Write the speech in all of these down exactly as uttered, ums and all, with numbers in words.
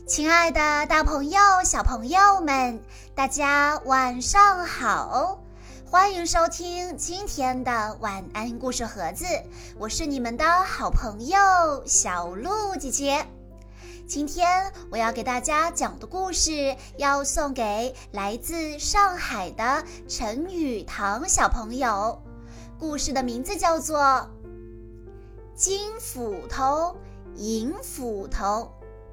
亲爱的大朋友小朋友们，大家晚上好，欢迎收听今天的晚安故事盒子，我是你们的好朋友小鹿姐姐。今天我要给大家讲的故事要送给来自上海的陈雨堂小朋友，故事的名字叫做金斧头银斧头。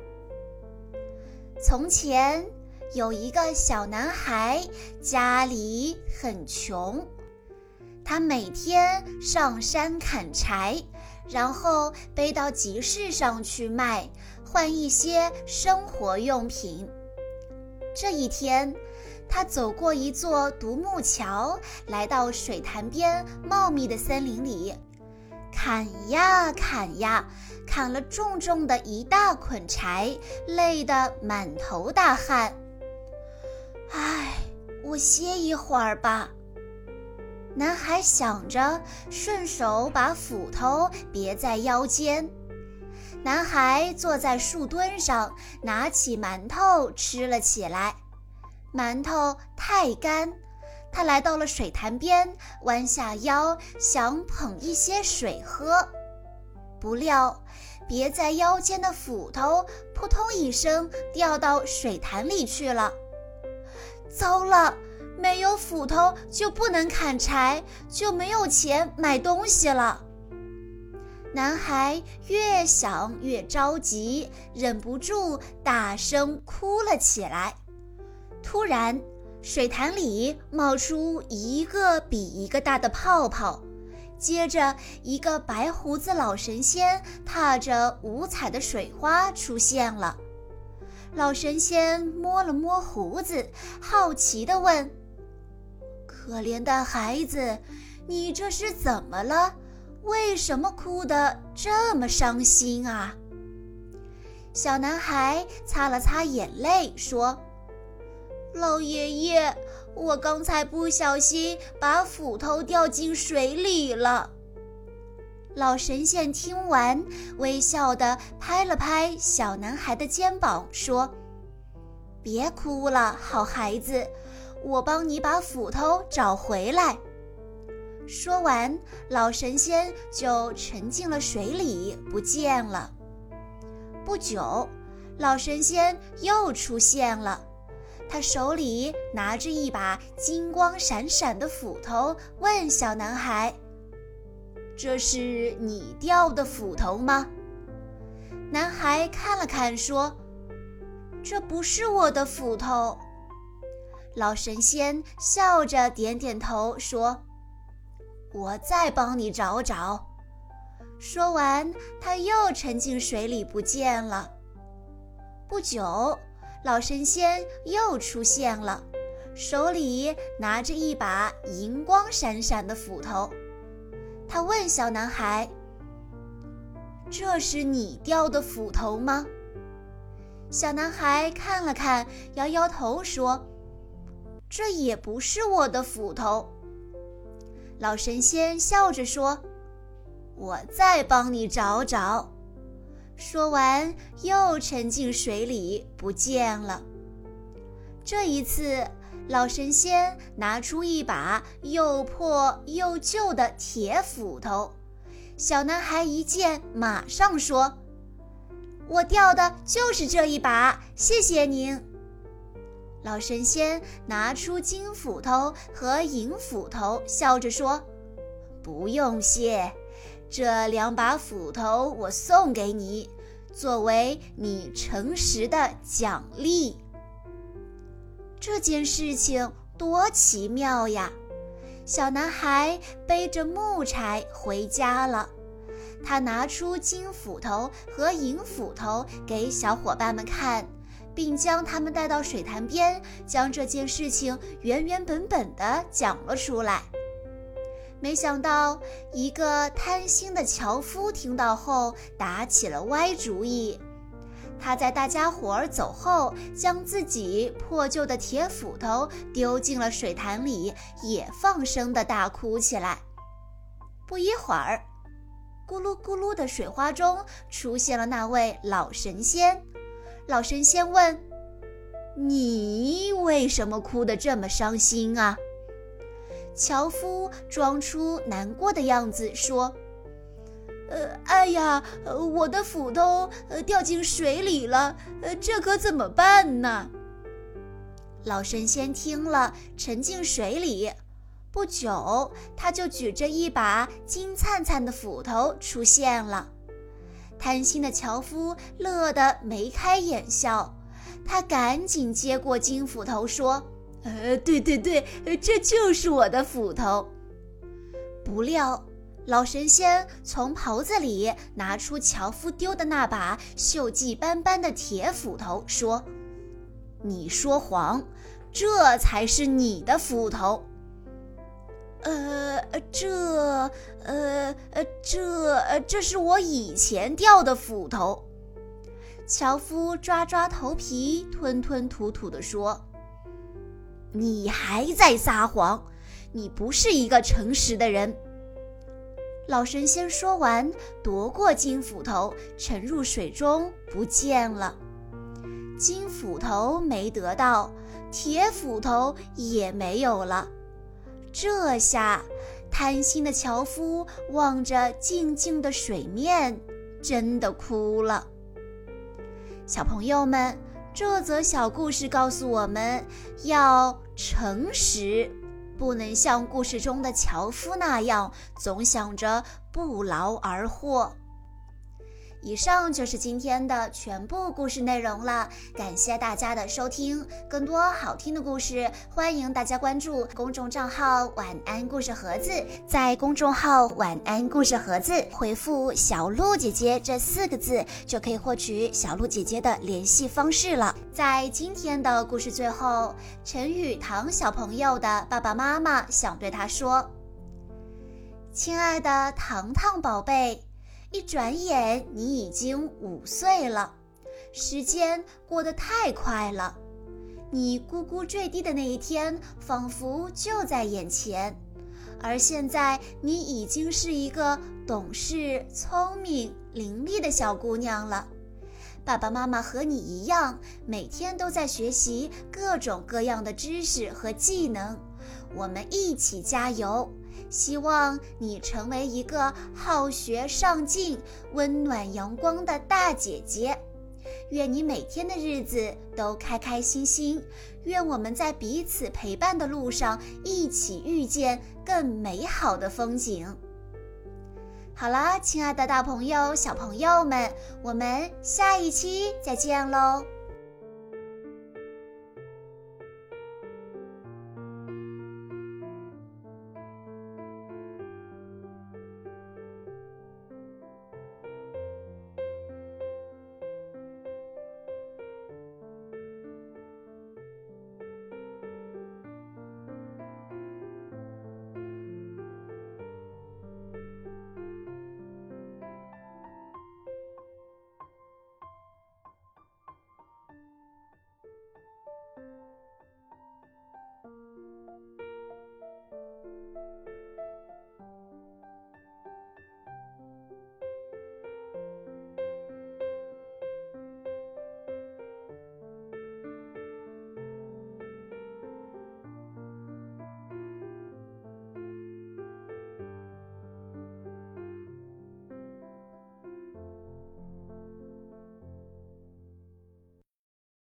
从前有一个小男孩，家里很穷，他每天上山砍柴，然后背到集市上去卖，换一些生活用品。这一天，他走过一座独木桥，来到水潭边茂密的森林里，砍呀砍呀，砍了重重的一大捆柴，累得满头大汗。唉，我歇一会儿吧。男孩想着，顺手把斧头别在腰间。男孩坐在树墩上，拿起馒头吃了起来。馒头太干，他来到了水潭边，弯下腰想捧一些水喝。不料别在腰间的斧头扑通一声掉到水潭里去了。糟了，没有斧头就不能砍柴，就没有钱买东西了。男孩越想越着急，忍不住大声哭了起来。突然，水潭里冒出一个比一个大的泡泡，接着一个白胡子老神仙踏着五彩的水花出现了。老神仙摸了摸胡子，好奇地问：可怜的孩子，你这是怎么了？为什么哭得这么伤心啊？小男孩擦了擦眼泪说：老爷爷，我刚才不小心把斧头掉进水里了。老神仙听完，微笑地拍了拍小男孩的肩膀，说：别哭了，好孩子，我帮你把斧头找回来。说完，老神仙就沉进了水里，不见了。不久，老神仙又出现了，他手里拿着一把金光闪闪的斧头，问小男孩：这是你掉的斧头吗？男孩看了看说：这不是我的斧头。老神仙笑着点点头说：我再帮你找找。说完，他又沉进水里不见了。不久，老神仙又出现了，手里拿着一把银光闪闪的斧头。他问小男孩：这是你掉的斧头吗？小男孩看了看，摇摇头说：这也不是我的斧头。老神仙笑着说：我再帮你找找。说完，又沉进水里不见了。这一次，老神仙拿出一把又破又旧的铁斧头。小男孩一见，马上说：我掉的就是这一把，谢谢您。老神仙拿出金斧头和银斧头，笑着说：不用谢，这两把斧头我送给你，作为你诚实的奖励。这件事情多奇妙呀！小男孩背着木柴回家了，他拿出金斧头和银斧头给小伙伴们看，并将他们带到水潭边，将这件事情原原本本地讲了出来。没想到，一个贪心的樵夫听到后打起了歪主意。他在大家伙儿走后，将自己破旧的铁斧头丢进了水潭里，也放声地大哭起来。不一会儿，咕噜咕噜的水花中出现了那位老神仙。 老神仙问：你为什么哭得这么伤心啊？樵夫装出难过的样子说：呃，哎呀，我的斧头呃掉进水里了，呃，这可怎么办呢？老神仙听了，沉进水里。不久，他就举着一把金灿灿的斧头出现了。贪心的樵夫乐得眉开眼笑，他赶紧接过金斧头说：呃，对对对，这就是我的斧头。不料老神仙从袍子里拿出樵夫丢的那把锈迹斑斑的铁斧头，说：你说谎，这才是你的斧头。呃，这，呃，呃，这，呃，这是我以前掉的斧头。樵夫抓抓头皮，吞吞吐吐地说：你还在撒谎，你不是一个诚实的人。老神仙说完，夺过金斧头，沉入水中不见了。金斧头没得到，铁斧头也没有了。这下，贪心的樵夫望着静静的水面，真的哭了。小朋友们，这则小故事告诉我们要诚实，不能像故事中的樵夫那样，总想着不劳而获。以上就是今天的全部故事内容了，感谢大家的收听。更多好听的故事，欢迎大家关注公众账号晚安故事盒子，在公众号晚安故事盒子回复小鹿姐姐这四个字，就可以获取小鹿姐姐的联系方式了。在今天的故事最后，陈雨堂小朋友的爸爸妈妈想对他说：亲爱的糖糖宝贝，一转眼你已经五岁了，时间过得太快了。你咕咕坠地的那一天仿佛就在眼前，而现在你已经是一个懂事、聪明、伶俐的小姑娘了。爸爸妈妈和你一样，每天都在学习各种各样的知识和技能，我们一起加油，希望你成为一个好学上进、温暖阳光的大姐姐。愿你每天的日子都开开心心，愿我们在彼此陪伴的路上一起遇见更美好的风景。好啦，亲爱的大朋友、小朋友们，我们下一期再见喽。